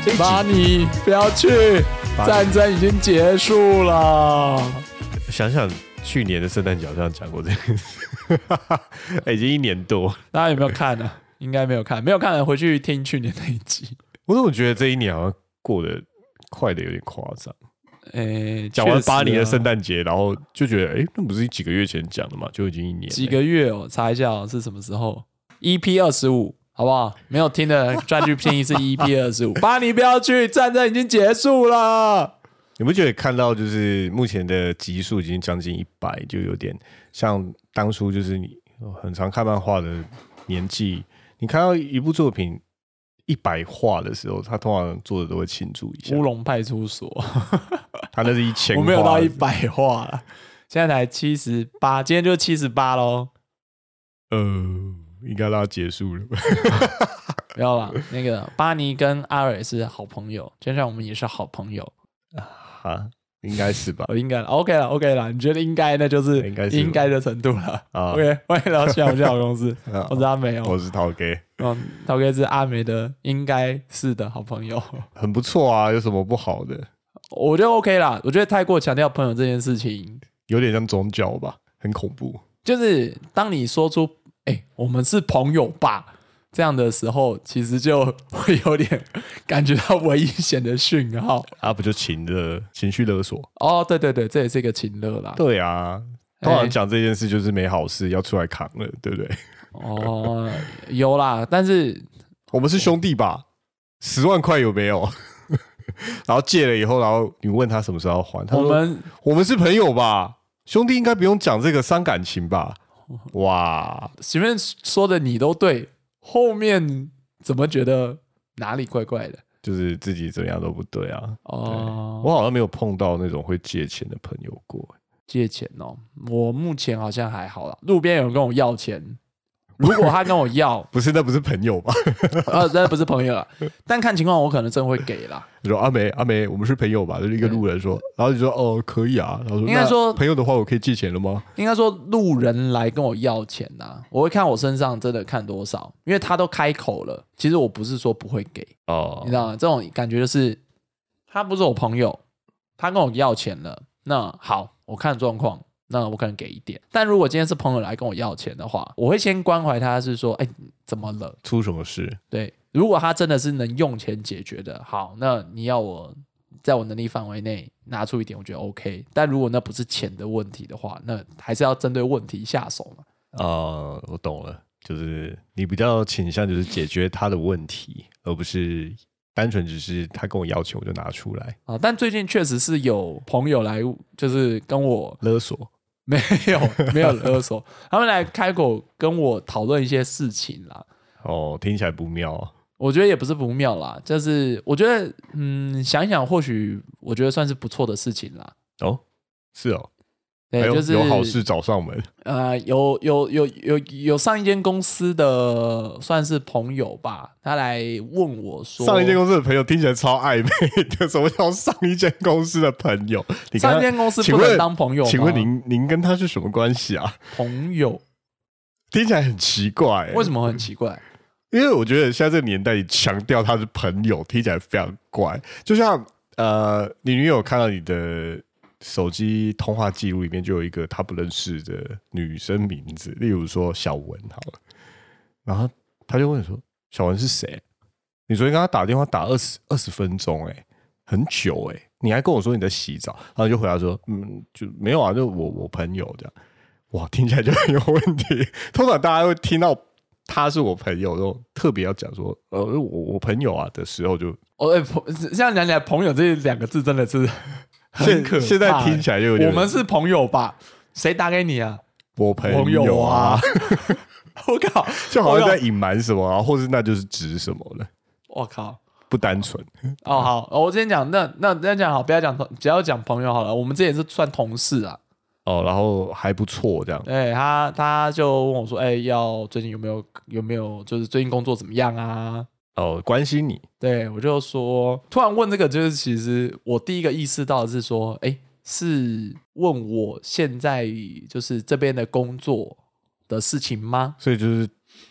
巴尼不要去，战争已经结束了。 想想去年的圣诞节好像讲过这个事，已经1年多。 大家有没有看呢？应该没有看，没有看的回去听去年那一集。 我怎么觉得这一年好像过得快的有点夸张？讲完巴黎的圣诞节，然后就觉得，那不是几个月前讲的嘛，就已经1年。 几个月哦，查一下哦，是什么时候 ？EP25，好不好？没有听的专去听一次 EP25。巴黎不要去，战争已经结束了。 你不觉得看到就是目前的集数已经将近100，就有点像当初就是你很常看漫画的年纪，你看到一部作品100话的时候，他通常做的都会庆祝一下。 乌龙派出所， 他那是1000话， 我没有到100话了，现在才78，今天就78咯。 应该让它结束了。 不要啦，那个巴尼跟阿尔是好朋友，就像我们也是好朋友啊，应该是吧？ 应该 OK 了 ，OK 了，你觉得应该那就是应该的程度了。OK， 欢迎来到小好公司，我是阿美哦， 我是陶哥， 陶哥是阿美的应该是的好朋友， 很不错啊，有什么不好的？ 我觉得 OK 啦，我觉得太过强调朋友这件事情， 有点像宗教吧，很恐怖。 就是当你说出我们是朋友吧这样的时候，其实就会有点感觉到危险的讯号啊，不就情绪勒索？ 哦，对对对，这也是一个情勒啦。 对啊，通常讲这件事就是没好事要出来扛了，对不对？ 哦，有啦，但是我们是兄弟吧？10万块有没有？然后借了以后，然后你问他什么时候要还，他说我们是朋友吧，兄弟应该不用讲这个伤感情吧？哇， 前面说的你都对，后面怎么觉得哪里怪怪的？ 就是自己怎样都不对啊。 哦， 我好像没有碰到那种会借钱的朋友过。 借钱哦，我目前好像还好啦。路边有人跟我要钱，如果他跟我要， 那不是朋友吧？ 那不是朋友啦，但看情况我可能真会给啦。 你说阿梅，我们是朋友吧？就是一个路人说，然后你说哦可以啊，然后说应该说朋友的话，我可以借钱了吗？ 应该说路人来跟我要钱啊，我会看我身上真的看多少，因为他都开口了，其实我不是说不会给哦，你知道吗？这种感觉就是他不是我朋友，他跟我要钱了，那好，我看状况。那我可能给一点，但如果今天是朋友来跟我要钱的话，我会先关怀他，是说，怎么了？ 出什么事？ 对，如果他真的是能用钱解决的，好，那你要我在我能力范围内拿出一点，我觉得 OK。但如果那不是钱的问题的话，那还是要针对问题下手嘛。 我懂了，就是你比较倾向就是解决他的问题，而不是单纯只是他跟我要钱我就拿出来啊。但最近确实是有朋友来，就是跟我勒索。 没有勒索，他们来开口跟我讨论一些事情啦。 哦，听起来不妙啊。 我觉得也不是不妙啦，就是我觉得想一想，或许我觉得算是不错的事情啦。 哦，是哦。 对，就是有好事找上门。 有上一间公司的算是朋友吧，他来问我说， 上一间公司的朋友听起来超暧昧的，什么叫上一间公司的朋友？ 上一间公司不能当朋友吗？ 请问您跟他是什么关系啊？ 朋友听起来很奇怪。 为什么很奇怪？ 因为我觉得现在这个年代，你强调他是朋友，听起来非常怪。就像你女友看到你的手机通话记录里面就有一个他不认识的女生名字，例如说小文好了，然后他就问你说小文是谁？你昨天跟他打电话打20分钟，很久你还跟我说你在洗澡，然后就回答说就没有啊，就我朋友这样。哇，听起来就很有问题。通常大家会听到他是我朋友，然后特别要讲说我朋友啊的时候就这样讲起来，朋友这2个字真的是。很可怕。 现在听起来就有点， 我们是朋友吧？谁打给你啊？ 我朋友啊！ 我靠， 就好像在隐瞒什么啊，或是那就是指什么了。 我靠， 不单纯。 好，我之前讲那讲好，不要讲朋友好了。我们这也是算同事啊。 然后还不错这样。 对，他就问我说：“要最近有没有就是最近工作怎么样啊？” 关心你。 对，我就说，突然问这个，就是其实我第一个意识到的是说，是问我现在就是这边的工作的事情吗？ 所以就是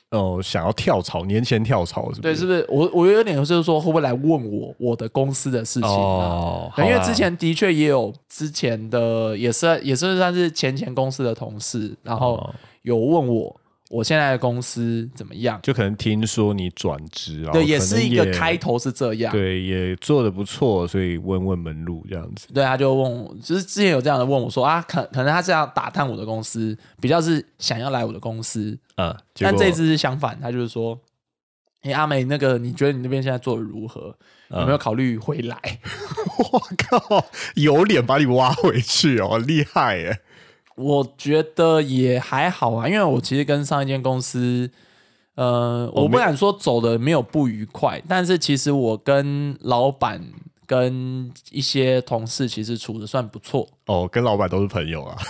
想要跳槽，年前跳槽是不是？ 对，是不是？我有点就是说，会不会来问我的公司的事情啊？因为之前的确也有之前的也是算是前公司的同事，然后有问我现在的公司怎么样？ 就可能听说你转职， 对，也是一个开头是这样， 对，也做得不错，所以问问门路这样子。 对，他就问我，就是之前有这样的问我说啊，可能他这样打探我的公司，比较是想要来我的公司，但这一次是相反，他就是说，阿美，那个你觉得你那边现在做的如何？有没有考虑回来？ 我靠，有脸把你挖回去哦，厉害耶！ 我觉得也还好啊，因为我其实跟上一间公司，我不敢说走的没有不愉快，但是其实我跟老板跟一些同事其实处的算不错。 跟老板都是朋友啊。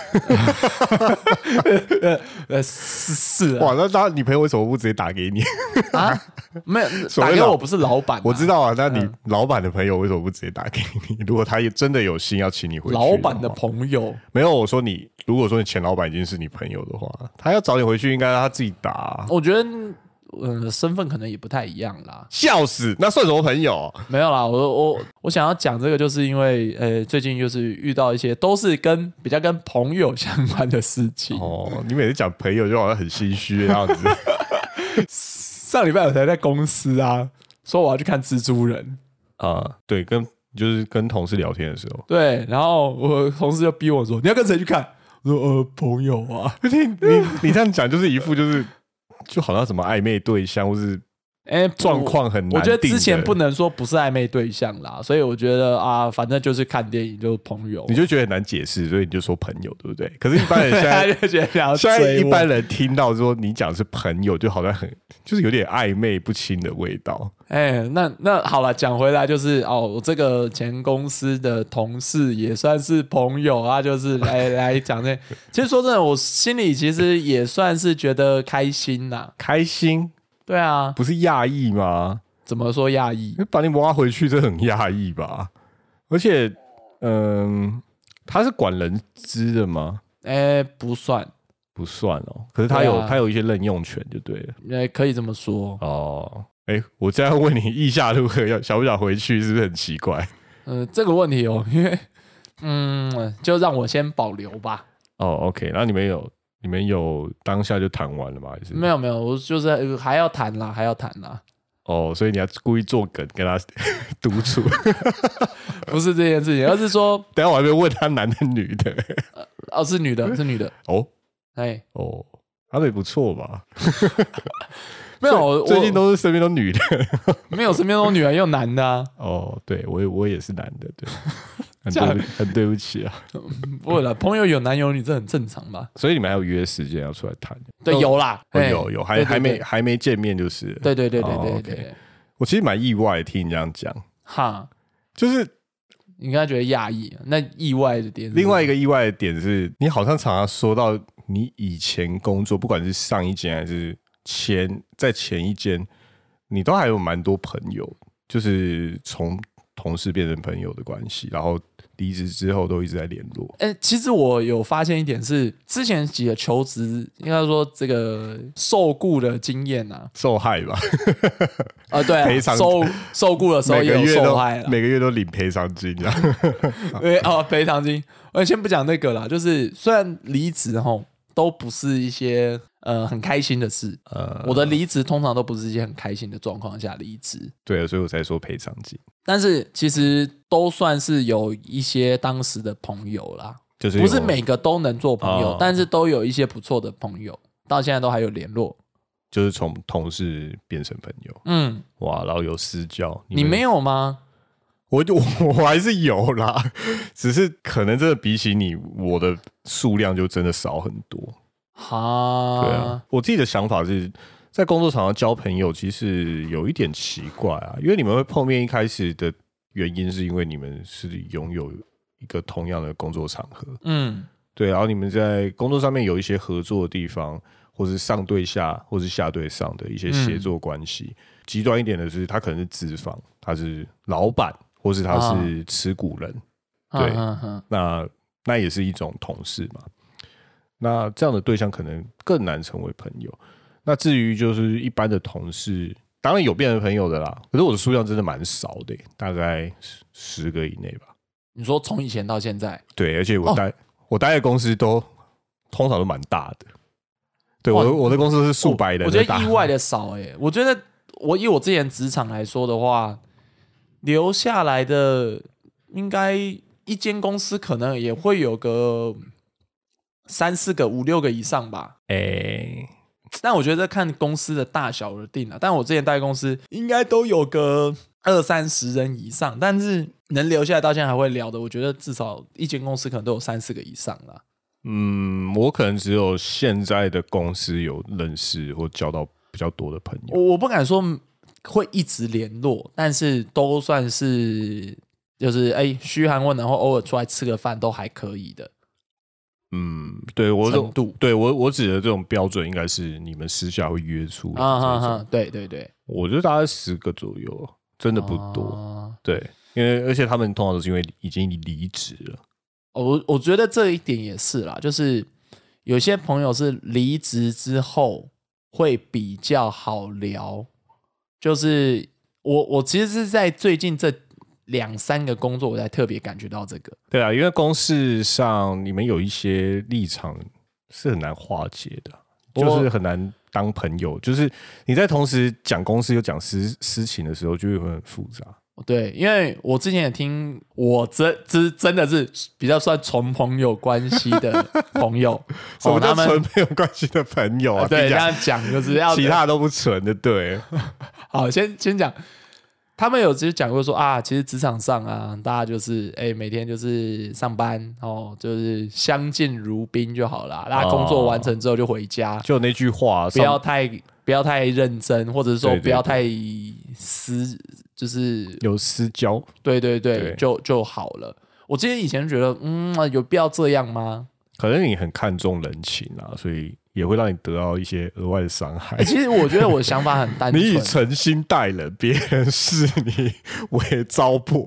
是哇，那你朋友为什么不直接打给你啊？没有打给我不是老板， 我知道啊。那你老板的朋友为什么不直接打给你？如果他也真的有心要请你回去， 老板的朋友没有。我说你，如果说你前老板已经是你朋友的话，他要找你回去，应该让他自己打。 我觉得。身份可能也不太一样啦。 笑死，那算什么朋友？ 没有啦，我想要讲这个，就是因为最近就是遇到一些都是比较跟朋友相关的事情。 你每次讲朋友就好像很心虚的样子。 上礼拜我才在公司啊，说我要去看蜘蛛人对，就是跟同事聊天的时候， 对，然后我同事就逼我说你要跟谁去看？我说朋友啊。 你这样讲就是一副就好像什么暧昧对象，或是状况很难定的。 我觉得之前不能说不是暧昧对象啦，所以我觉得反正就是看电影就是朋友， 你就觉得很难解释，所以你就说朋友，对不对？可是一般人现在就觉得现在一般人听到说你讲是朋友，就好像就是有点暧昧不清的味道。 那好了，讲回来就是我这个前公司的同事也算是朋友啊，就是来讲这。其实说真的，我心里其实也算是觉得开心啦。 开心？ 对啊， 不是讶异吗？ 怎么说讶异？ 把你挖回去，这很讶异吧？而且，他是管人资的吗？ 不算哦。可是他有一些任用权，就对了。 可以这么说哦。我这样问你意下如何，想不想回去，是不是很奇怪？ 这个问题因为就让我先保留吧。 OK， 那你们有当下就谈完了吗？还是没有，我就是还要谈啦。 所以你要故意做梗跟他督促， 不是这件事情，而是说， 等一下我还没问他男的女的。 是女的。 他们也不错吧？ 没有， 最近都是身边都女的， 没有身边都女的，也有男的啊。 对，我也是男的，对，很对不起啊。 不会啦，朋友有男有女，这很正常吧？ 所以你们还有约时间要出来谈？ 对，有啦， 有，还没见面就是。 对。 我其实蛮意外听你这样讲，就是你刚才觉得讶异，那意外的点是， 另外一个意外的点是，你好像常常说到你以前工作，不管是上一间还是在前一间，你都还有蛮多朋友，就是从同事变成朋友的关系，然后离职之后都一直在联络。 其实我有发现一点是，之前几个求职，应该说这个受雇的经验啊， 受害吧？ 对啊， 赔偿受雇的时候也有受害了， 每个月都领赔偿金这样。 对赔偿金。我先不讲那个啦，就是虽然离职都不是一些很开心的事，我的离职通常都不是一些很开心的状况下离职。 对，所以我才说赔偿金。 但是其实都算是有一些当时的朋友啦， 就是不是每个都能做朋友，但是都有一些不错的朋友，到现在都还有联络。 就是从同事变成朋友，哇，然后有私交。 你没有吗？ 我还是有啦，只是可能真的比起我的数量就真的少很多。对啊，我自己的想法是在工作场合交朋友，其实有一点奇怪啊，因为你们会碰面，一开始的原因是因为你们是拥有一个同样的工作场合，对，然后你们在工作上面有一些合作的地方，或是上对下，或是下对上的一些协作关系。极端一点的是，他可能是资方，他是老板，或是他是持股人，对，那也是一种同事嘛。那这样的对象可能更难成为朋友。 那至于就是一般的同事，当然有变成朋友的啦，可是我的数量真的蛮少的，大概10个以内吧。 你说从以前到现在？ 对，而且我待的公司通常都蛮大的。对，我的公司是数百人的， 我觉得意外的少我觉得以我之前职场来说的话，留下来的应该一间公司可能也会有个3、4个、5、6个以上吧。但我觉得看公司的大小而定啦。但我之前待公司应该都有个20、30人以上，但是能留下来到现在还会聊的，我觉得至少一间公司可能都有3、4个以上啦。 我可能只有现在的公司有认识或交到比较多的朋友。 我不敢说会一直联络，但是都算是就是嘘寒问暖或偶尔出来吃个饭都还可以的。 对我程度， 对我指的这种标准应该是你们私下会约出来的这种。 对对对， 我觉得大概10个左右，真的不多。对，因为而且他们通常都是因为已经离职了。 我觉得这一点也是啦，就是有些朋友是离职之后会比较好聊。就是我其实是在最近这2、3个工作，我才特别感觉到这个。 对啊，因为公事上你们有一些立场是很难化解的，就是很难当朋友。就是你在同时讲公事又讲私情的时候，就会很复杂。 对，因为我之前也听我真的是比较算纯朋友关系的朋友。 什么叫纯朋友关系的朋友啊？ 对，这样讲就是要其他都不纯的。对， 好，先讲。他们有直接讲过说其实职场上大家就是每天就是上班就是相敬如宾就好了，大家工作完成之后就回家，就那句话， 不要太认真，或者是说不要太就是有私交， 对，就好了。我之前以前觉得有必要这样吗？ 可能你很看重人情所以也会让你得到一些额外的伤害。 其实我觉得我的想法很单纯， 你以诚心待人，别人视你为糟粕。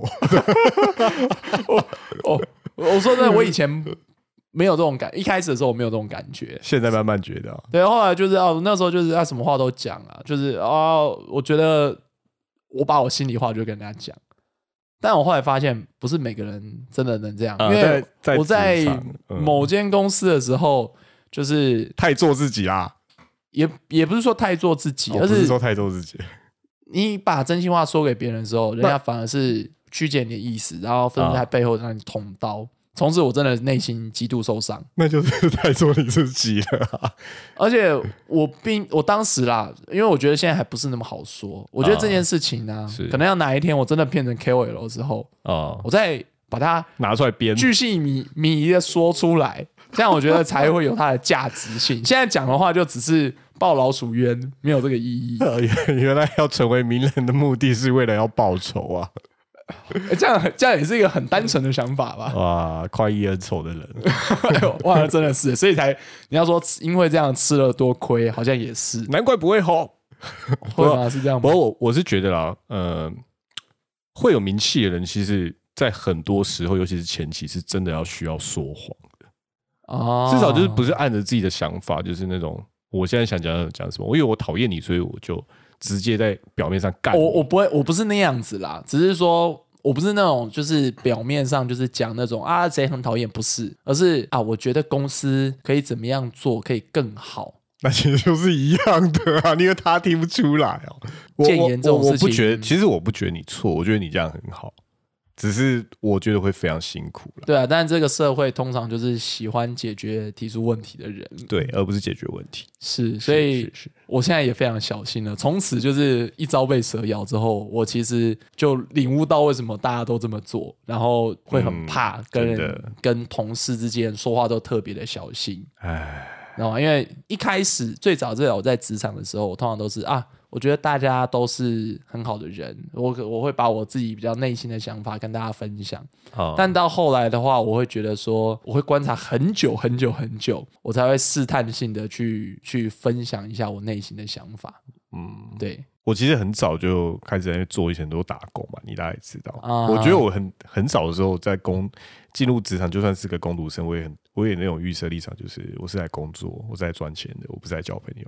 我说真的，我以前没有这种一开始的时候我没有这种感觉， 现在慢慢觉得。 对，后来就是那时候就是什么话都讲就是我觉得我把我心里话就跟人家讲。但我后来发现，不是每个人真的能这样，因为我在某间公司的时候，就是太做自己啦， 也不是说太做自己，而是说太做自己。 你把真心话说给别人的时候，人家反而是曲解你的意思，然后分在背后让你捅刀。从此我真的内心极度受伤， 那就是太做你自己了。 而且我当时啦，因为我觉得现在还不是那么好说。我觉得这件事情可能要哪一天我真的变成 KOL 之后我再把它拿出来编， 巨细靡遗的说出来，这样我觉得才会有它的价值性。现在讲的话就只是报老鼠冤，没有这个意义。 原来要成为名人的目的是为了要报仇啊！ 这样也是一个很单纯的想法吧？ 哇，快意恩仇的人， 哇，真的是，所以你要说因为这样吃了多亏，好像也是， 难怪不会红， 会吗？是这样吗？ 不过我是觉得啦，会有名气的人，其实在很多时候，尤其是前期，是真的要需要说谎的至少就是不是按着自己的想法，就是那种我现在想讲什么，因为我讨厌你，所以我就直接在表面上干。 我不是那样子啦，只是说我不是那种就是表面上就是讲那种谁很讨厌，不是，而是我觉得公司可以怎么样做可以更好。 那其实就是一样的因为他听不出来谏言这种事情， 我不觉得，其实我不觉得你错，我觉得你这样很好。只是我觉得会非常辛苦了。 对但这个社会通常就是喜欢解决提出问题的人， 对，而不是解决问题。 是，所以我现在也非常小心了。从此就是一朝被蛇咬之后，我其实就领悟到为什么大家都这么做，然后会很怕跟同事之间说话都特别的小心。然后因为一开始最早我在职场的时候，我通常都是我觉得大家都是很好的人，我会把我自己比较内心的想法跟大家分享。但到后来的话，我会觉得说，我会观察很久很久很久，我才会试探性的去分享一下我内心的想法。对，我其实很早就开始在做很多打工嘛，你大概也知道。我觉得我很早的时候在进入职场，就算是个工读生，我也那种预设立场，就是我是来工作，我是来赚钱的，我不是来交朋友。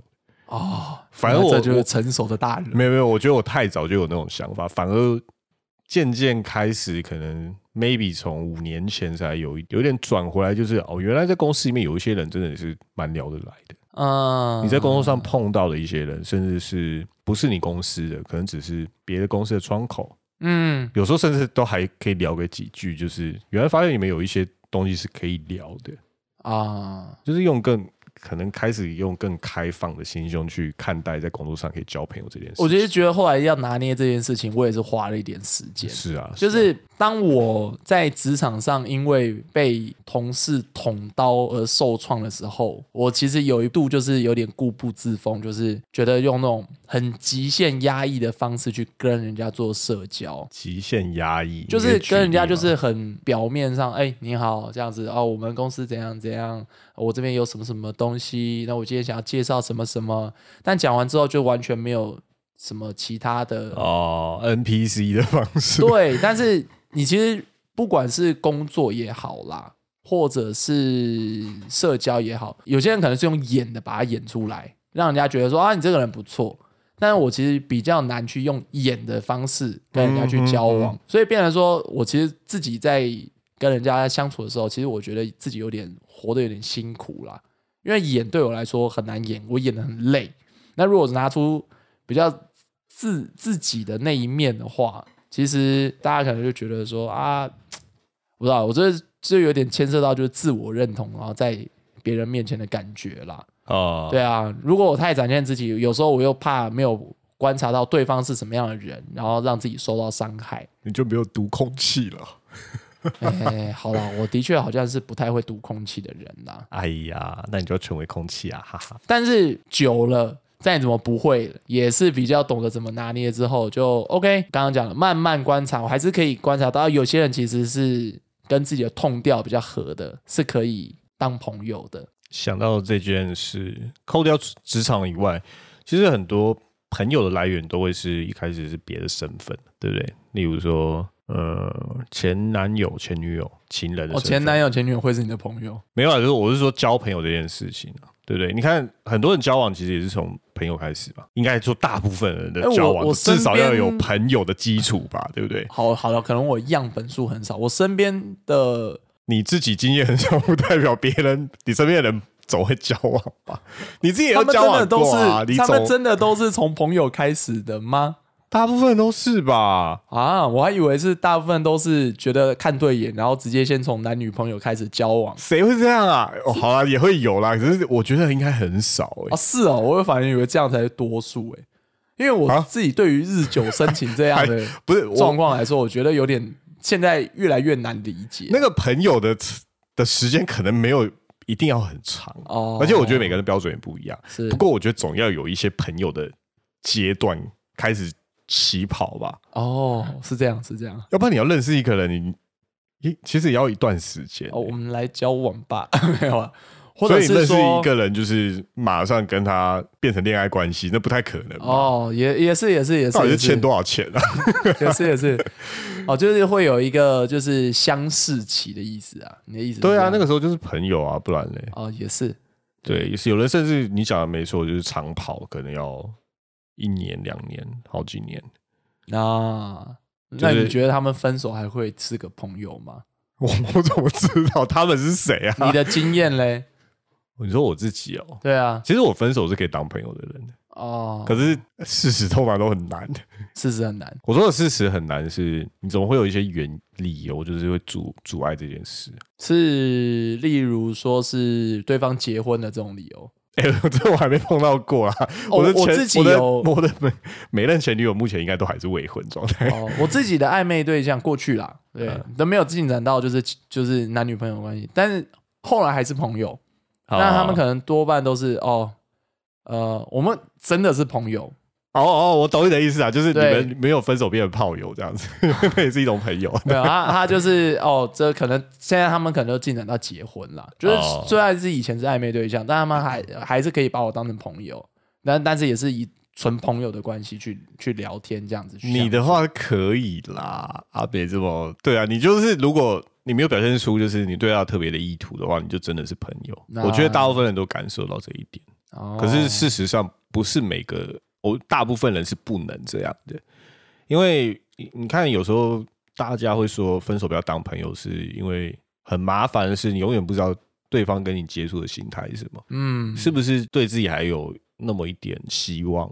反而这就是成熟的大人。 没有，我觉得我太早就有那种想法，反而渐渐开始可能 maybe 从5年前才有点转回来，就是原来在公司里面有一些人真的是蛮聊得来的。你在工作上碰到的一些人，甚至是不是你公司的，可能只是别的公司的窗口，有时候甚至都还可以聊个几句，就是原来发现你们有一些东西是可以聊的就是可能开始用更开放的心胸去看待在工作上可以交朋友这件事情。 我觉得后来要拿捏这件事情，我也是花了一点时间。 是啊， 就是当我在职场上因为被同事捅刀而受创的时候，我其实有一度就是有点固步自封，就是觉得用那种很极限压抑的方式去跟人家做社交。 极限压抑就是跟人家就是很表面上，你好这样子我们公司怎样怎样，我这边有什么什么东西，那我今天想要介绍什么什么，但讲完之后就完全没有什么其他的 NPC 的方式。 对，但是你其实不管是工作也好啦，或者是社交也好，有些人可能是用演的把它演出来，让人家觉得说你这个人不错。但是我其实比较难去用演的方式跟人家去交往，所以变成说我其实自己在跟人家相处的时候，其实我觉得自己活得有点辛苦啦，因为演对我来说很难演，我演得很累。那如果拿出比较自己的那一面的话，其实大家可能就觉得说不知道，我这就有点牵涉到就是自我认同，然后在别人面前的感觉啦。对啊，如果我太展现自己，有时候我又怕没有观察到对方是什么样的人，然后让自己受到伤害， 你就没有读空气了。 好啦，我的确好像是不太会读空气的人啦。 哎呀，那你就要成为空气啊，哈哈。 但是久了，再怎么不会，也是比较懂得怎么拿捏之后，就 OK。刚刚讲了，慢慢观察，我还是可以观察到有些人其实是跟自己的痛调比较合的，是可以当朋友的。 想到这件事，扣掉职场以外，其实很多朋友的来源都会是一开始是别的身份，对不对？例如说前男友、前女友、情人的身份。 前男友、前女友会是你的朋友？ 没有就是我是说交朋友这件事情对不对？你看很多人交往其实也是从朋友开始吧，应该说大部分人的交往至少要有朋友的基础吧，对不对？ 好了，可能我样本数很少，我身边的。 你自己经验很少，不代表别人你身边的人总会交往吧？你自己也有交往过他们真的都是从朋友开始的吗？ 大部分都是吧？ 我还以为是大部分都是觉得看对眼，然后直接先从男女朋友开始交往。 谁会这样啊？好啦，也会有啦，可是我觉得应该很少是我反而以为这样才是多数因为我自己对于日久生情这样的不是状况来说，我觉得有点。现在越来越难理解， 那个朋友的时间可能没有一定要很长而且我觉得每个人的标准也不一样。不过我觉得总要有一些朋友的阶段开始起跑吧。 是这样， 要不然你要认识一个人，你其实也要一段时间。 我们来交往吧，没有啊。 或者是认识一个人，就是马上跟他变成恋爱关系，那不太可能吧。 也是， 到底是欠多少钱啊？ 也是，就是会有一个就是相识期的意思啊。你的意思？ 对啊，那个时候就是朋友啊，不然嘞。 也是， 对，也是有人甚至你讲的没错，就是长跑可能要1年、2年、好几年。 那你觉得他们分手还会是个朋友吗？ 我怎么知道他们是谁啊？ 你的经验嘞？ 你说我自己对啊， 其实我分手是可以当朋友的人可是事实通常都很难的。 事实很难。 我说的事实很难是，你总会有一些理由，就是会阻碍这件事。 是，例如说是对方结婚的这种理由。 这我还没碰到过啊。 我自己有我的每任前女友目前应该都还是未婚状态。 我自己的暧昧对象过去啦，对，都没有进展到就是男女朋友关系，但是后来还是朋友。那他们可能多半都是我们真的是朋友。 我懂你的意思啊，就是你们没有分手变成炮友这样子，那也是一种朋友。 没有，他就是这可能现在他们可能都进展到结婚了，就是虽然是以前是暧昧对象，但他们还是可以把我当成朋友，但是也是以纯朋友的关系去聊天这样子。 你的话可以啦，别这么对啊，你就是如果你没有表现出就是你对他特别的意图的话，你就真的是朋友。我觉得大部分人都感受到这一点。 可是事实上不是大部分人是不能这样的，因为你看有时候大家会说分手不要当朋友，是因为很麻烦的是你永远不知道对方跟你接触的心态是什么，是不是对自己还有那么一点希望。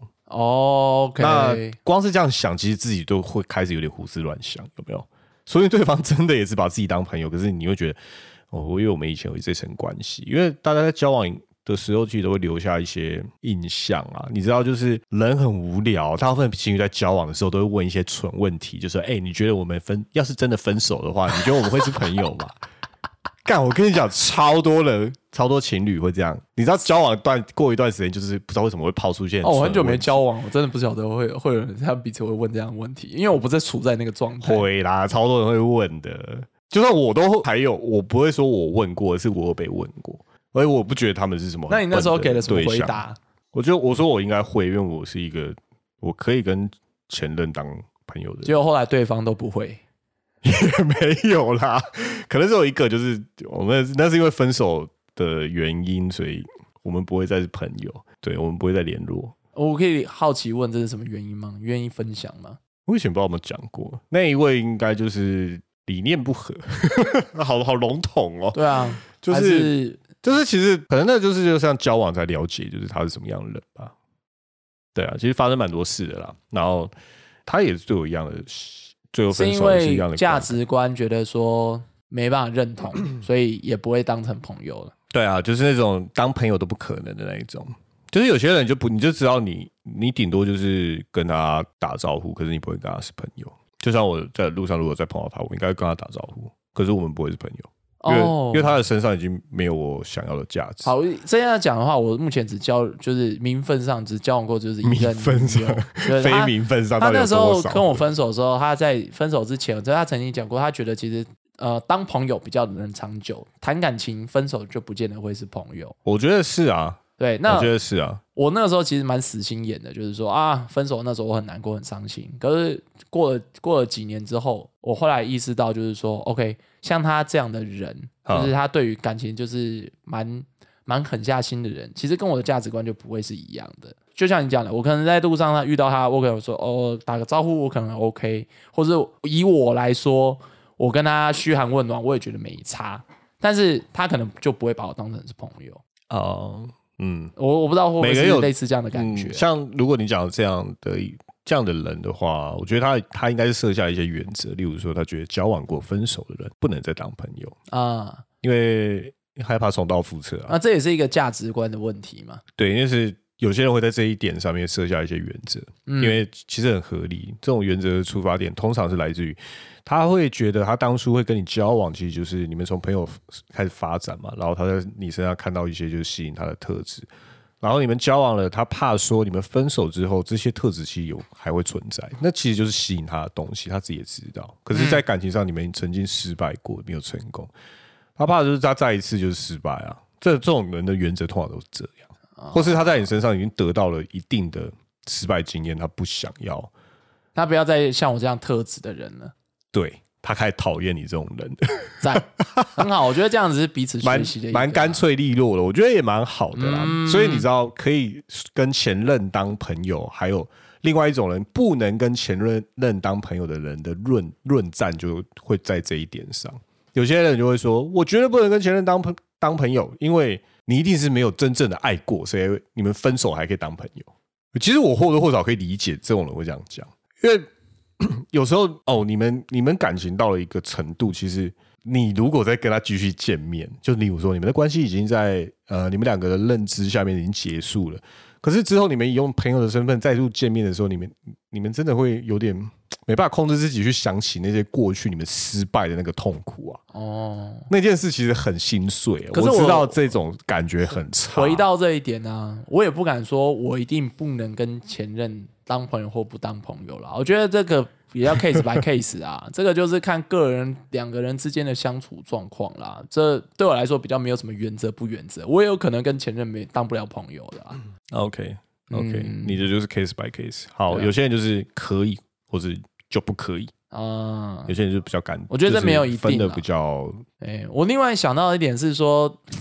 OK， 那光是这样想，其实自己都会开始有点胡思乱想，有没有？所以对方真的也是把自己当朋友，可是你会觉得，因为我们以前有这层关系，因为大家在交往的时候，其实都会留下一些印象啊。你知道，就是人很无聊，大部分情侣在交往的时候都会问一些蠢问题，就说：“你觉得我们要是真的分手的话，你觉得我们会是朋友吗？”干，我跟你讲，超多情侣会这样。你知道交往过一段时间，就是不知道为什么会抛出现。 我很久没交往，我真的不晓得会有人他们彼此会问这样的问题，因为我不是处在那个状态。 会啦，超多人会问的。就算我都还有，我不会说我问过，是我有被问过，而且我不觉得他们是什么。 那你那时候给了什么回答？ 我说我应该会，因为我是一个我可以跟前任当朋友的人。 结果后来对方都不会。 也没有啦，可能只有一个，就是我们那是因为分手的原因，所以我们不会再是朋友，对，我们不会再联络。 我可以好奇问这是什么原因吗？愿意分享吗？ 我以前不知道有没有讲过，那一位应该就是理念不合，好笼统哦。 对啊， 就是其实可能那就像交往才了解，就是他是什么样的人吧。对啊，其实发生蛮多事的啦，然后他也是对我一样的。最后分手是一样的， 是因为价值观觉得说没办法认同，所以也不会当成朋友了。 对啊，就是那种当朋友都不可能的那一种。就是有些人你就知道你顶多就是跟他打招呼，可是你不会跟他是朋友。就像我在路上如果再碰到他，我应该跟他打招呼，可是我们不会是朋友。因为他的身上已经没有我想要的价值。 好，这样讲的话，我目前就是名分上只交往过就是一任女友， 非名分上。 他那时候跟我分手的时候，他在分手之前，他曾经讲过，他觉得其实当朋友比较能长久，谈感情分手就不见得会是朋友。 我觉得是啊。 对，那我觉得是啊。 我那个时候其实蛮死心眼的，就是说分手那时候我很难过很伤心。可是过了几年之后，我后来意识到，就是说 ，OK， 像他这样的人，就是他对于感情就是蛮狠下心的人，其实跟我的价值观就不会是一样的。就像你讲的，我可能在路上遇到他，我可能说打个招呼，我可能 OK， 或者以我来说，我跟他嘘寒问暖，我也觉得没差。但是他可能就不会把我当成是朋友。我不知道会不会是类似这样的感觉。 像如果你讲这样的人的话，我觉得他应该是设下一些原则，例如说他觉得交往过分手的人不能再当朋友啊，因为害怕重蹈覆辙啊。 这也是一个价值观的问题嘛。 对，因为是有些人会在这一点上面设下一些原则，因为其实很合理。这种原则的出发点通常是来自于他会觉得他当初会跟你交往，其实就是你们从朋友开始发展嘛，然后他在你身上看到一些就是吸引他的特质，然后你们交往了，他怕说你们分手之后这些特质其实还会存在，那其实就是吸引他的东西，他自己也知道。可是，在感情上你们曾经失败过，没有成功，他怕的就是他再一次就是失败啊。这种人的原则通常都是这样，或是他在你身上已经得到了一定的失败经验，他不想要， 他不要再像我这样特质的人了。 对，他开始讨厌你这种人， 赞，很好。我觉得这样子是彼此学习的， 蛮干脆利落的，我觉得也蛮好的啦。所以你知道，可以跟前任当朋友，还有另外一种人不能跟前任当朋友的人的论战就会在这一点上。有些人就会说，我绝对不能跟前任当朋友，因为你一定是没有真正的爱过，所以你们分手还可以当朋友。其实我或多或少可以理解这种人会这样讲，因为有时候你们感情到了一个程度，其实你如果再跟他继续见面，就例如说你们的关系已经在你们两个的认知下面已经结束了，可是之后你们用朋友的身份再度见面的时候，你们真的会有点没办法控制自己去想起那些过去你们失败的那个痛苦啊。那件事其实很心碎，可是我知道这种感觉很差。 回到这一点啊，我也不敢说我一定不能跟前任当朋友或不当朋友啦。我觉得这个比较 case by case 啊，这个就是看两个人之间的相处状况啦。这对我来说比较没有什么原则不原则，我也有可能跟前任当不了朋友的啊。 OK， 你的就是 case by case。好，有些人就是可以，或者就不可以啊。有些人就比较干， 我觉得这没有一定， 分的比较。 我另外想到一点是说，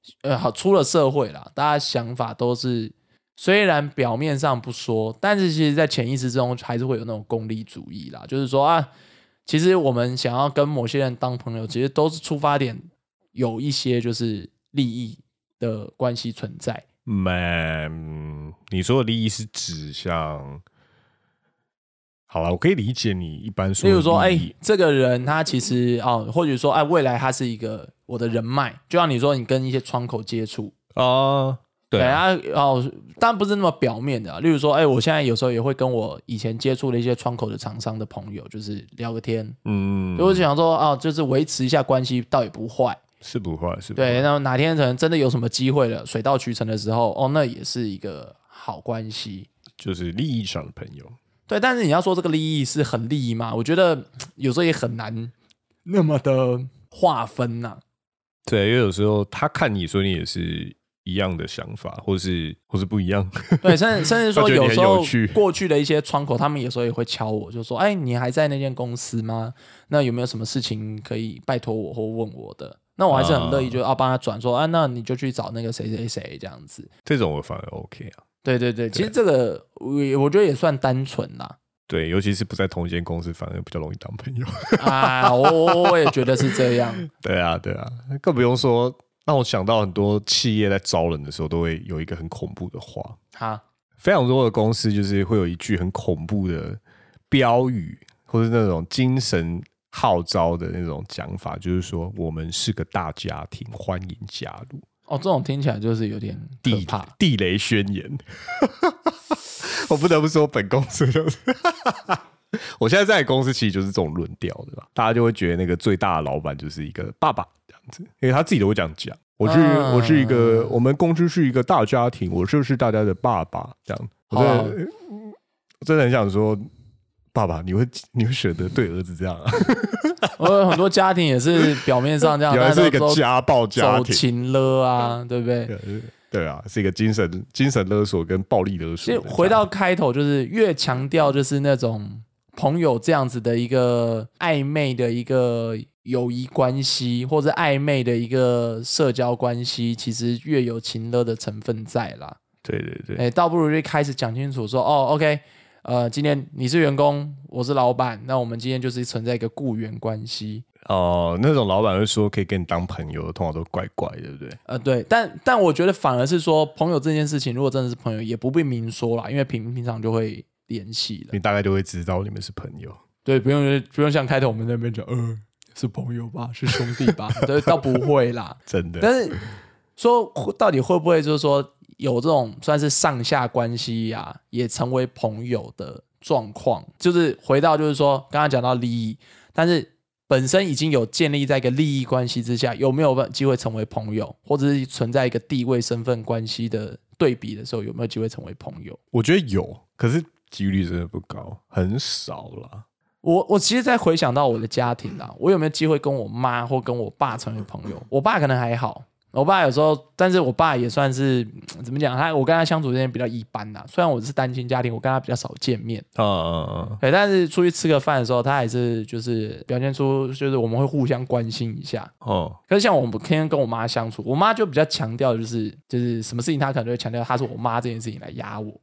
好出了社会啦，大家想法都是虽然表面上不说，但是其实在潜意识中还是会有那种功利主义啦，就是说啊，其实我们想要跟某些人当朋友，其实都是出发点有一些就是利益的关系存在。 你说的利益是指像，好了，我可以理解你一般说的利益， 例如说，这个人他其实或者说，未来他是一个我的人脉，就像你说，你跟一些窗口接触对啊， 当然不是那么表面的例如说，我现在有时候也会跟我以前接触的一些窗口的厂商的朋友，就是聊个天，所以我就想说，就是维持一下关系，倒也不坏。 是不坏， 对，那哪天可能真的有什么机会了，水到渠成的时候，那也是一个好关系， 就是利益上的朋友。 对，但是你要说这个利益是很利益吗？我觉得有时候也很难那么的划分呐。 对，因为有时候他看你说你也是一样的想法，或是不一样。 对，甚至说有时候过去的一些窗口，他们有时候也会敲我，就说：“你还在那间公司吗？那有没有什么事情可以拜托我或问我的？”那我还是很乐意，就帮他转说：“那你就去找那个谁谁谁这样子。” 这种我反而 OK 啊。 对，其实这个我觉得也算单纯啦。 对，尤其是不在同一间公司，反而比较容易当朋友我也觉得是这样。 对啊，更不用说。让我想到很多企业在招人的时候，都会有一个很恐怖的话。非常多的公司就是会有一句很恐怖的标语，或是那种精神号召的那种讲法，就是说我们是个大家庭，欢迎加入。 这种听起来就是有点可怕。 地雷宣言。我不得不说，本公司就是我现在在的公司其实就是这种论调的吧，大家就会觉得那个最大的老板就是一个爸爸这样子，因为他自己都会这样讲。我是一个，我们公司是一个大家庭，我就是大家的爸爸这样。我真的很想说，爸爸，你会舍得对儿子这样啊？ 我有很多家庭也是表面上这样， 原来是一个家暴家庭， 走情勒啊，对不对？ 对啊，是一个精神勒索跟暴力勒索。 回到开头，就是越强调就是那种朋友这样子的一个暧昧的一个友谊关系，或者暧昧的一个社交关系，其实越有情勒的成分在啦。 对， 倒不如就开始讲清楚说，OK，今天你是员工，我是老板，那我们今天就是存在一个雇员关系。 那种老板会说可以跟你当朋友，通常都怪怪的，对不对？ 对，但我觉得反而是说朋友这件事情，如果真的是朋友，也不必明说啦，因为平常就会联系了， 你大概就会知道你们是朋友。 对，不用像开头我们那边讲，是朋友吧，是兄弟吧？对，倒不会啦， 真的。 但是说到底会不会就是说有这种算是上下关系呀，也成为朋友的状况？就是回到就是说刚刚讲到利益，但是本身已经有建立在一个利益关系之下，有没有机会成为朋友，或者是存在一个地位身份关系的对比的时候，有没有机会成为朋友？ 我觉得有，可是几率真的不高，很少啦。 我其实在回想到我的家庭啦，我有没有机会跟我妈或跟我爸成为朋友？我爸可能还好，我爸有时候，但是我爸也算是怎么讲？我跟他相处之间比较一般啦。虽然我是单亲家庭，我跟他比较少见面，对，但是出去吃个饭的时候，他还是就是表现出就是我们会互相关心一下。可是像我们天天跟我妈相处，我妈就比较强调就是什么事情她可能就会强调她是我妈这件事情来压我。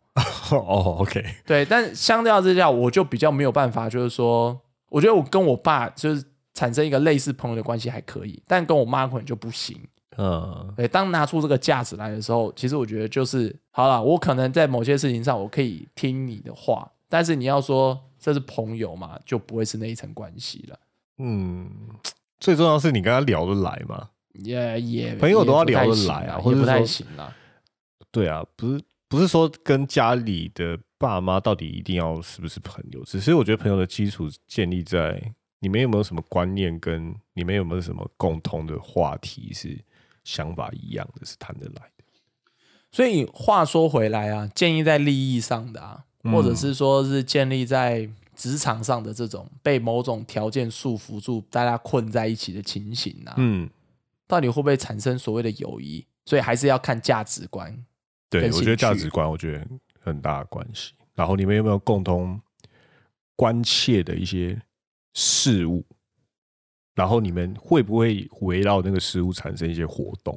OK， 对，但相较之下，我就比较没有办法，就是说，我觉得我跟我爸就是产生一个类似朋友的关系还可以，但跟我妈可能就不行。对，当拿出这个价值来的时候，其实我觉得就是好了，我可能在某些事情上我可以听你的话，但是你要说这是朋友嘛，就不会是那一层关系了。 最重要是你跟他聊得来嘛， 也朋友都要聊得来啊， 也不太行啦。 对啊，不是说跟家里的爸妈到底一定要是不是朋友，只是我觉得朋友的基础建立在你们有没有什么观念，跟你们有没有什么共同的话题是想法一样的，是谈得来的。 所以话说回来啊，建立在利益上的啊，或者是说是建立在职场上的这种被某种条件束缚住，大家困在一起的情形啊，到底会不会产生所谓的友谊？所以还是要看价值观。 对，我觉得价值观，我觉得很大的关系。然后你们有没有共同关切的一些事物？然后你们会不会围绕那个事物产生一些活动？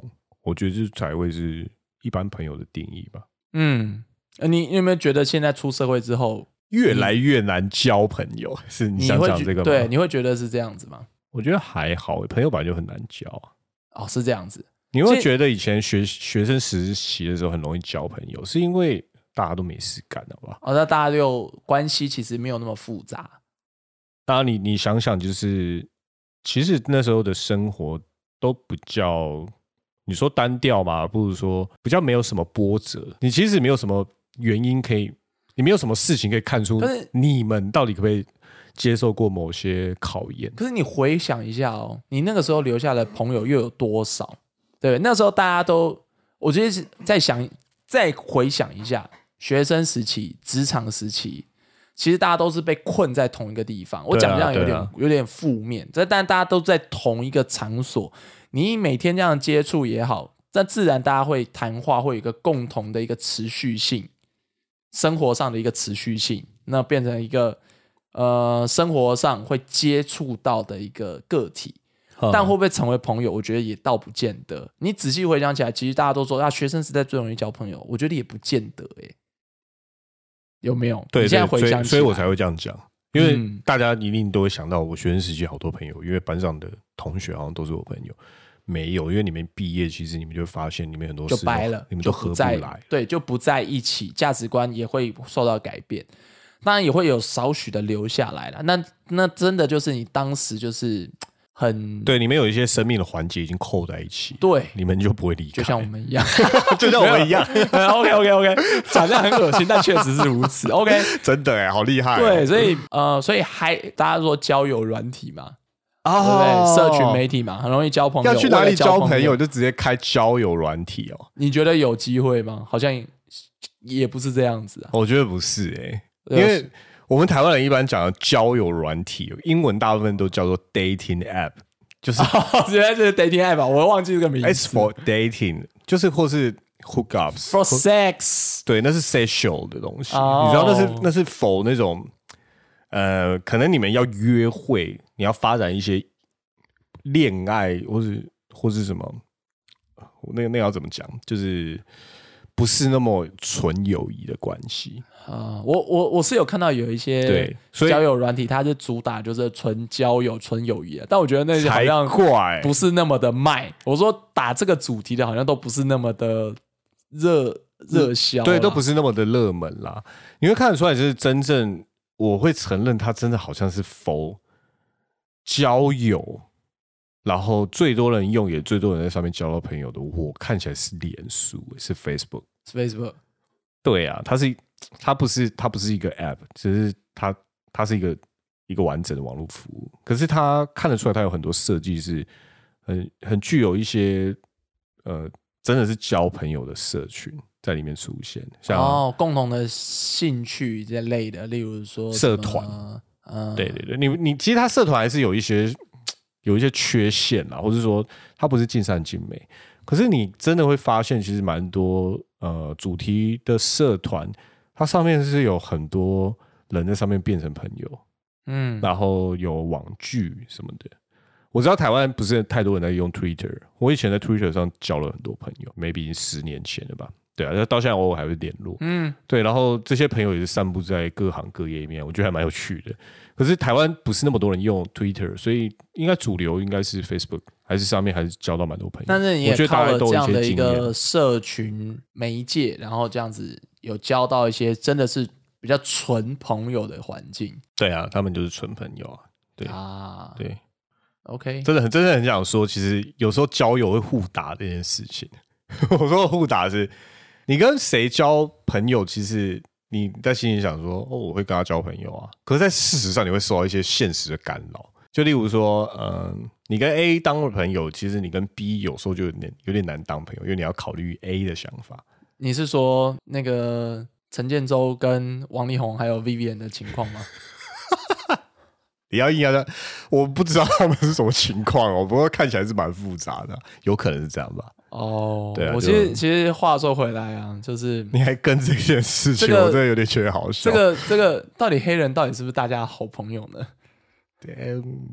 我觉得这才会是一般朋友的定义吧。 你有没有觉得现在出社会之后越来越难交朋友？是你想讲这个吗？ 对，你会觉得是这样子吗？ 我觉得还好，朋友本来就很难交啊。 哦，是这样子。 你会觉得以前学生时期的时候很容易交朋友，是因为大家都没事干，好不好？ 那大家就关系其实没有那么复杂。 当然你想想，就是其实那时候的生活都比较，你说单调嘛，不如说比较没有什么波折。你其实没有什么原因可以，你没有什么事情可以看出你们到底可不可以接受过某些考验。 可是你回想一下哦，你那个时候留下的朋友又有多少？对，那时候大家都，我觉得是再回想一下，学生时期、职场时期，其实大家都是被困在同一个地方。我讲这样有点负面，但大家都在同一个场所，你每天这样接触也好，那自然大家会谈话，会有一个共同的一个持续性，生活上的一个持续性，那变成一个生活上会接触到的一个个体。但会不会成为朋友，我觉得也倒不见得。你仔细回想起来，其实大家都说学生时代最容易交朋友，我觉得也不见得有没有？ 对， 你现在回想起来， 所以我才会这样讲，因为大家一定都会想到我学生时期好多朋友，因为班上的同学好像都是我朋友。没有，因为你们毕业，其实你们就会发现你们很多事就掰了， 你们都合不来， 对，就不在一起，价值观也会受到改变。当然也会有少许的留下来了，那真的就是你当时就是很对，你们有一些生命的环节已经扣在一起， 对， 你们就不会离开， 就像我们一样， 就像我们一样。 OK， 讲这样很恶心，但确实是如此。OK， 真的好厉害。 对，所以还大家说交友软体嘛，对不对？社群媒体嘛，很容易交朋友。 要去哪里交朋友，就直接开交友软体哦。 你觉得有机会吗？好像也不是这样子啊。 我觉得不是因为我们台湾人一般讲的交友软体，英文大部分都叫做 dating app， 就是原来就是 dating app 吧，我忘记这个名字。 It's for dating， 就是或是 hookups for sex， 对，那是 sexual 的东西。你知道那是 for 那种可能你们要约会，你要发展一些恋爱，或是什么，那个要怎么讲，就是不是那么纯友谊的关系我是有看到有一些交友软体，它是主打就是纯交友、纯友谊的，但我觉得那些好像不是那么的卖。我说打这个主题的，好像都不是那么的热销， 对，都不是那么的热门啦。你会看得出来，就是真正我会承认，它真的好像是 for 交友，然后最多人用，也最多人在上面交到朋友的。我看起来是脸书，是 Facebook， 是 Facebook。 对啊，它不是一个 App， 只是它是一个完整的网络服务。可是它看得出来，它有很多设计是很具有一些真的是交朋友的社群在里面出现，像共同的兴趣这类的，例如说社团。对，你其实它社团还是有一些缺陷啦，或者说它不是尽善尽美。可是你真的会发现，其实蛮多主题的社团，它上面是有很多人在上面变成朋友，然后有网剧什么的。我知道台湾不是太多人在用 Twitter， 我以前在 Twitter 上交了很多朋友 ，maybe 10年前了吧。对啊，到现在偶尔还会联络。对，然后这些朋友也是散布在各行各业里面，我觉得还蛮有趣的。可是台湾不是那么多人用 Twitter， 所以应该主流应该是 Facebook， 还是上面还是交到蛮多朋友。 但是你也靠了这样的一个社群媒介，然后这样子有交到一些真的是比较纯朋友的环境。 对啊，他们就是纯朋友啊。对啊， 对 ，OK， 真的很想说，其实有时候交友会互打这件事情。我说的互打是，你跟谁交朋友，其实你在心里想说，我会跟他交朋友啊。可是，在事实上，你会受到一些现实的干扰。就例如说，你跟 A 当了朋友，其实你跟 B 有时候就有点难当朋友，因为你要考虑 A 的想法。 你是说那个陈建州跟王力宏还有 Vivian 的情况吗？ 你要硬要的，我不知道他们是什么情况哦，不过看起来是蛮复杂的，有可能是这样吧。 对啊，我其实话说回来啊，就是你还跟这件事情，我真的有点觉得好笑。 这个到底黑人到底是不是大家的好朋友呢？ 对，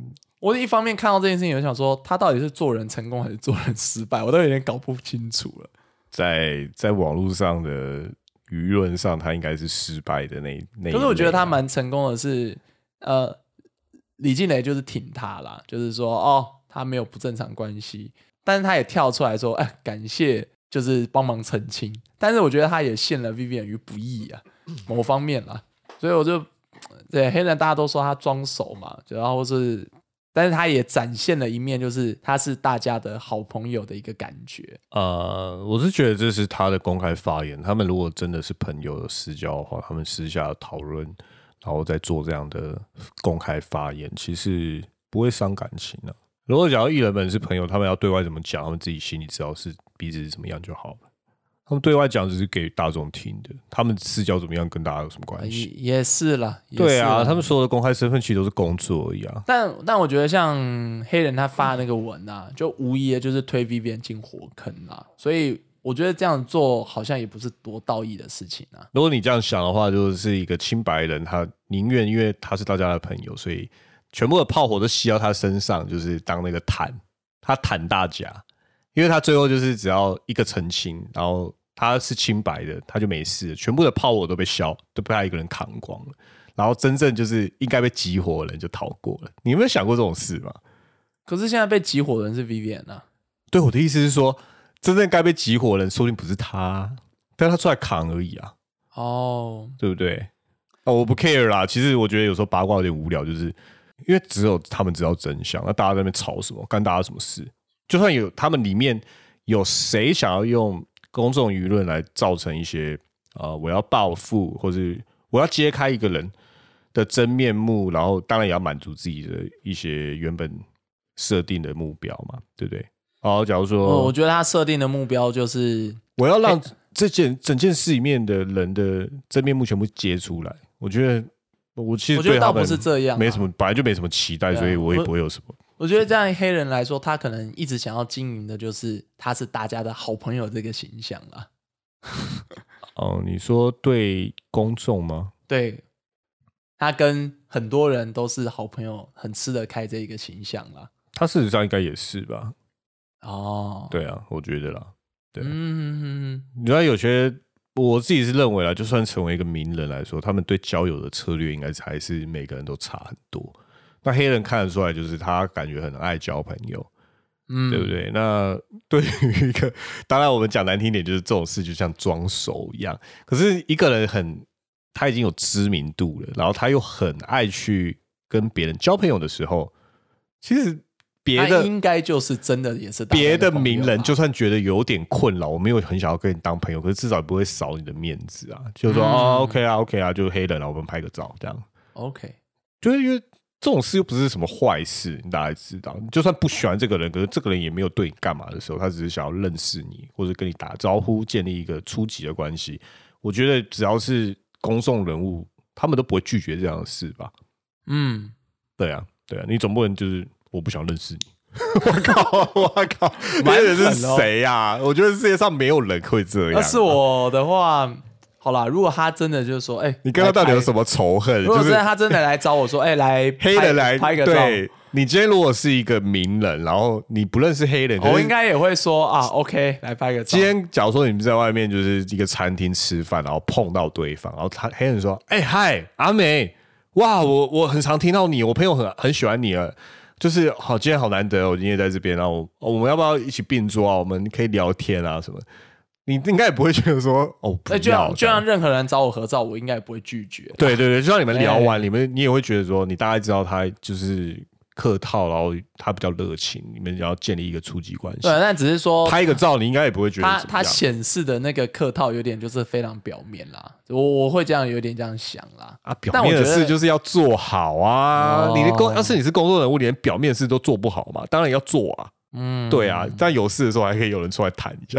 我一方面看到这件事情，我想说他到底是做人成功还是做人失败，我都有点搞不清楚了。 在网络上的舆论上，他应该是失败的那。 可是我觉得他蛮成功的是，李静蕾就是挺他啦，就是说他没有不正常关系，但是他也跳出来说，感谢就是帮忙澄清。但是我觉得他也陷了 Vivian 于不义啊，某方面啦，所以我就对黑人大家都说他装熟嘛，然后是。但是他也展现了一面，就是他是大家的好朋友的一个感觉。 我是觉得这是他的公开发言。他们如果真的是朋友的私交的话，他们私下讨论，然后再做这样的公开发言，其实不会伤感情啊。如果假如艺人们是朋友，他们要对外怎么讲，他们自己心里知道是彼此是怎么样就好了。他们对外讲只是给大众听的，他们私交怎么样跟大家有什么关系？ 也是啦， 对啊，他们所有的公开身份其实都是工作而已啊。 但我觉得像黑人他发的那个文啊，就无疑的就是推 Vivian 进火坑啊，所以我觉得这样做好像也不是多道义的事情啊。 如果你这样想的话，就是一个清白人，他宁愿因为他是大家的朋友，所以全部的炮火都吸到他身上，就是当那个他坦大家。因为他最后就是只要一个澄清，然后他是清白的，他就没事了，全部的炮火都被他一个人扛光了，然后真正就是应该被激活的人就逃过了。你有没有想过这种事吗？ 可是现在被激活的人是 Vivian 啊。 对，我的意思是说，真正该被激活的人说不定不是他，但他出来扛而已啊。对不对？我不 care 啦。其实我觉得有时候八卦有点无聊，就是因为只有他们知道真相，那大家在那边吵什么，干大家什么事？就算有他们里面有谁想要用公众舆论来造成一些我要报复，或是我要揭开一个人的真面目，然后当然也要满足自己的一些原本设定的目标嘛，对不对？好，假如说， 我觉得他设定的目标就是我要让整件事里面的人的真面目全部揭出来。我觉得我其实对他们倒不是这样， 没什么，本来就没什么期待，所以我也不会有什么。 我觉得这样黑人来说，他可能一直想要经营的就是他是大家的好朋友这个形象啦。 你说对公众吗？ 对，他跟很多人都是好朋友，很吃得开这一个形象啦。 他事实上应该也是吧？对啊，我觉得啦。对啊，你知道有些我自己是认为啦，就算成为一个名人来说，他们对交友的策略应该还是每个人都差很多。那黑人看得出来，就是他感觉很爱交朋友，对不对？那对于一个，当然我们讲难听点，就是这种事就像装熟一样。可是一个人他已经有知名度了，然后他又很爱去跟别人交朋友的时候，其实别的应该就是真的也是别的名人，就算觉得有点困扰，我没有很想要跟你当朋友，可是至少不会扫你的面子啊。就是说OK 啊，就是黑人啊，我们拍个照这样。 OK， 就是因为这种事又不是什么坏事，你大概知道。你就算不喜欢这个人，可是这个人也没有对你干嘛的时候，他只是想要认识你，或者跟你打招呼，建立一个初级的关系。我觉得只要是公众人物，他们都不会拒绝这样的事吧？对啊，你总不能就是我不想认识你。我靠，买人是谁呀？我觉得世界上没有人会这样。 要是我的话。好啦，如果他真的就是说， 你跟他到底有什么仇恨？ 如果真的他真的来找我说，来黑人来拍个照， 对，你今天如果是一个名人，然后你不认识黑人， 我应该也会说OK， 来拍个照。 今天假如说你们在外面就是一个餐厅吃饭，然后碰到对方，然后黑人说，嗨，阿美，哇，我很常听到你，我朋友很喜欢你了。就是好，今天好难得，我今天在这边，然后我们要不要一起并桌啊？我们可以聊天啊什么。你应该也不会觉得说不要， 就像任何人找我合照，我应该也不会拒绝。 对，就像你们聊完，你也会觉得说，你大概知道他就是客套，然后他比较热情，你们要建立一个初级关系。 对，但只是说拍一个照，你应该也不会觉得他显示的那个客套有点就是非常表面啦，我会这样有点这样想啦。 表面的事就是要做好啊！要是你是公众人物，连表面的事都做不好嘛，当然要做啊。对啊，但有事的时候还可以有人出来谈一下。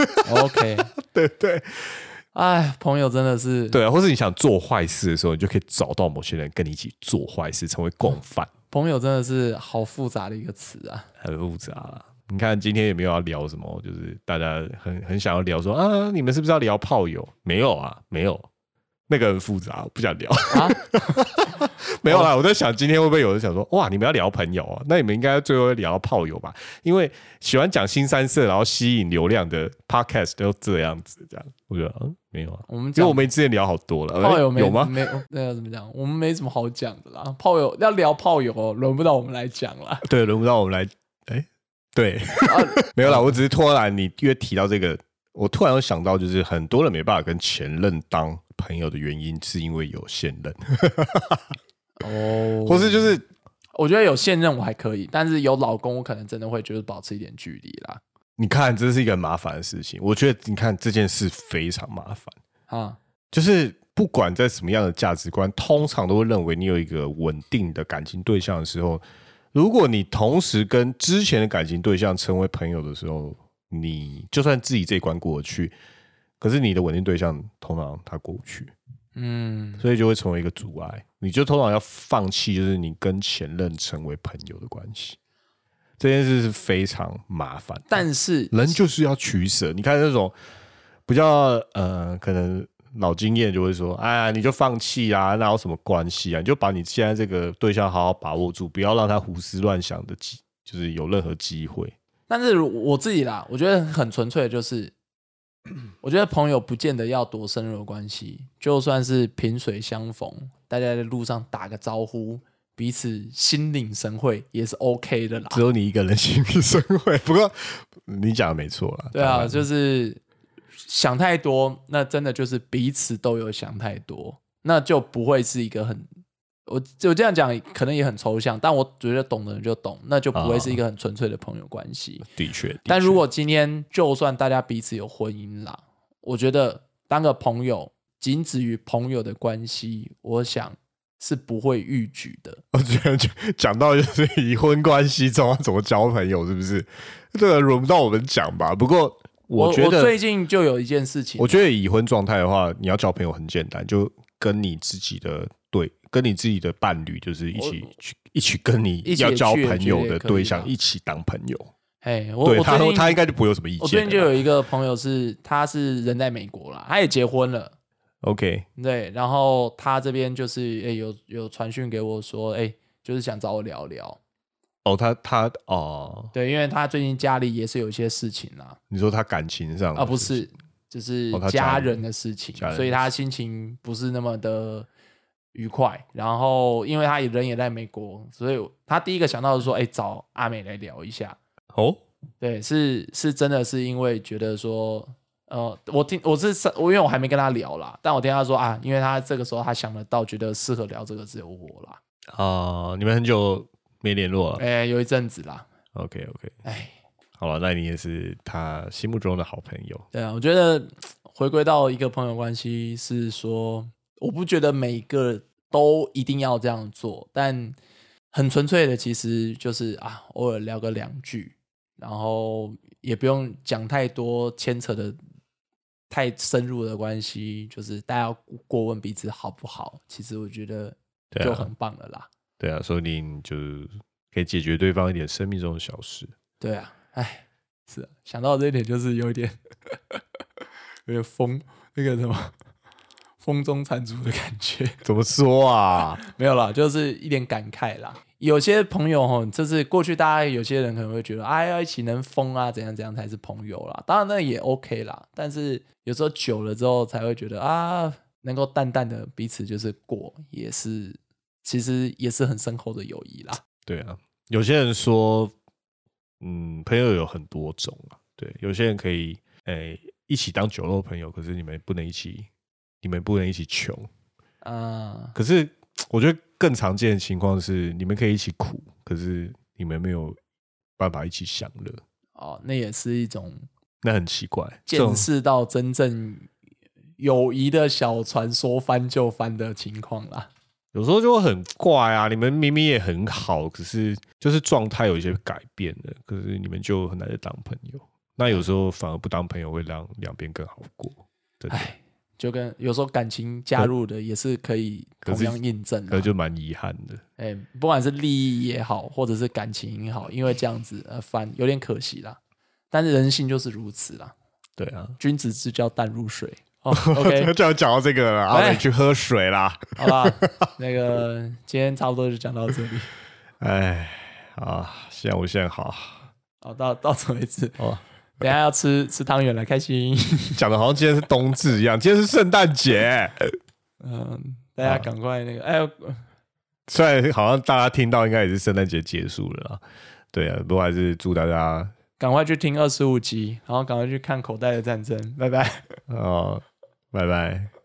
OK， 对， 朋友真的是对啊，或是你想做坏事的时候，你就可以找到某些人跟你一起做坏事，成为共犯。 朋友真的是好复杂的一个词啊， 很复杂啦。你看今天也没有要聊什么，就是大家很想要聊说你们是不是要聊炮友？没有啊，没有。 那个很复杂，我不想聊啊。没有啦，我在想今天会不会有人想说，哇，你们要聊朋友啊？那你们应该最后会聊到炮友吧？因为喜欢讲新三色，然后吸引流量的 podcast 都这样子，这样我觉得没有啊。因为我们之前聊好多了， 炮友有吗？ 没有，那要怎么讲？我们没什么好讲的啦。炮友要聊炮友，轮不到我们来讲啦。 对，轮不到我们来。对，没有啦，我只是突然你因为提到这个，我突然有想到，就是很多人没办法跟前任当朋友的原因，是因为有现任。 哦， 或是就是我觉得有现任我还可以，但是有老公我可能真的会就是保持一点距离啦。 你看，这是一个很麻烦的事情。我觉得你看这件事非常麻烦啊，就是不管在什么样的价值观，通常都会认为你有一个稳定的感情对象的时候，如果你同时跟之前的感情对象成为朋友的时候，你就算自己这一关过得去，可是你的稳定对象通常他过不去，所以就会成为一个阻碍。你就通常要放弃，就是你跟前任成为朋友的关系。这件事是非常麻烦， 但是人就是要取舍。你看那种比较可能老经验就会说，哎呀，你就放弃啊，哪有什么关系啊？你就把你现在这个对象好好把握住，不要让他胡思乱想的，就是有任何机会。 但是我自己啦，我觉得很纯粹的就是，我觉得朋友不见得要多深入的关系，就算是萍水相逢，大家在路上打个招呼，彼此心领神会也是 OK 的啦。 只有你一个人心领神会，不过你讲的没错啦。 对啊，就是想太多，那真的就是彼此都有想太多，那就不会是一个很我这样讲可能也很抽象，但我觉得懂的人就懂，那就不会是一个很纯粹的朋友关系。 的确， 但如果今天就算大家彼此有婚姻啦，我觉得当个朋友，仅止于朋友的关系，我想是不会逾矩的。 我觉得讲到就是已婚关系中要怎么交朋友，是不是？这个轮不到我们讲吧。不过我觉得我最近就有一件事情， 我觉得已婚状态的话，你要交朋友很简单，就跟你自己的跟你自己的伴侣，就是一起跟你要交朋友的对象一起当朋友。对他应该就不会有什么意见。 我最近就有一个朋友他是人在美国啦，他也结婚了。 OK， 对，然后他这边就是有传讯给我说，就是想找我聊聊。对，因为他最近家里也是有一些事情啦。你说他感情上不是，就是家人的事情，所以他心情不是那么的愉快。然后因为他人也在美国，所以他第一个想到是说，找阿美来聊一下。对，是真的是因为觉得说，因为我还没跟他聊啦，但我听他说啊，因为他这个时候他想得到，觉得适合聊这个只有我啦。 你们很久没联络了？ 有一阵子啦。 OK， 好了，那你也是他心目中的好朋友。 对啊，我觉得回归到一个朋友关系是说，我不觉得每个都一定要这样做，但很纯粹的其实就是偶尔聊个2句，然后也不用讲太多牵扯的太深入的关系，就是大家过问彼此好不好，其实我觉得就很棒了啦。 对啊，说不定就可以解决对方一点生命中的小事。 对啊，是啊，想到这一点就是有点有点那个什么风中残烛的感觉。 怎么说啊？ 没有啦，就是一点感慨啦。有些朋友就是过去大家有些人可能会觉得要一起能疯啊，怎样怎样才是朋友啦。当然那也 OK 啦，但是有时候久了之后才会觉得能够淡淡的彼此就是过，其实也是很深厚的友谊啦。 对啊，有些人说朋友有很多种啊。对，有些人可以一起当酒肉朋友，可是你们不能一起穷可是我觉得更常见的情况是，你们可以一起苦，可是你们没有办法一起享乐。 那也是一种， 那很奇怪， 见识到真正友谊的小船说翻就翻的情况啦。 有时候就会很怪啊，你们明明也很好，可是就是状态有一些改变了，可是你们就很难再当朋友。那有时候反而不当朋友会让两边更好过。真的。 就跟有时候感情加入的也是可以同样印证的， 可是就蛮遗憾的。 不管是利益也好，或者是感情也好，因为这样子翻有点可惜啦。但是人性就是如此啦。 对啊， 君子之交淡如水。 OK， 就要讲到这个了，阿美去喝水啦。 好吧，那个今天差不多就讲到这里。 哎，啊，现好。 好，到此为止。等一下要吃汤圆了，开心。 讲的好像今天是冬至一样，今天是圣诞节。 大家赶快那个， 虽然好像大家听到应该也是圣诞节结束了啦，对啊，不过还是祝大家赶快去听25集，然后赶快去看《口袋的战争》，拜拜。 拜拜。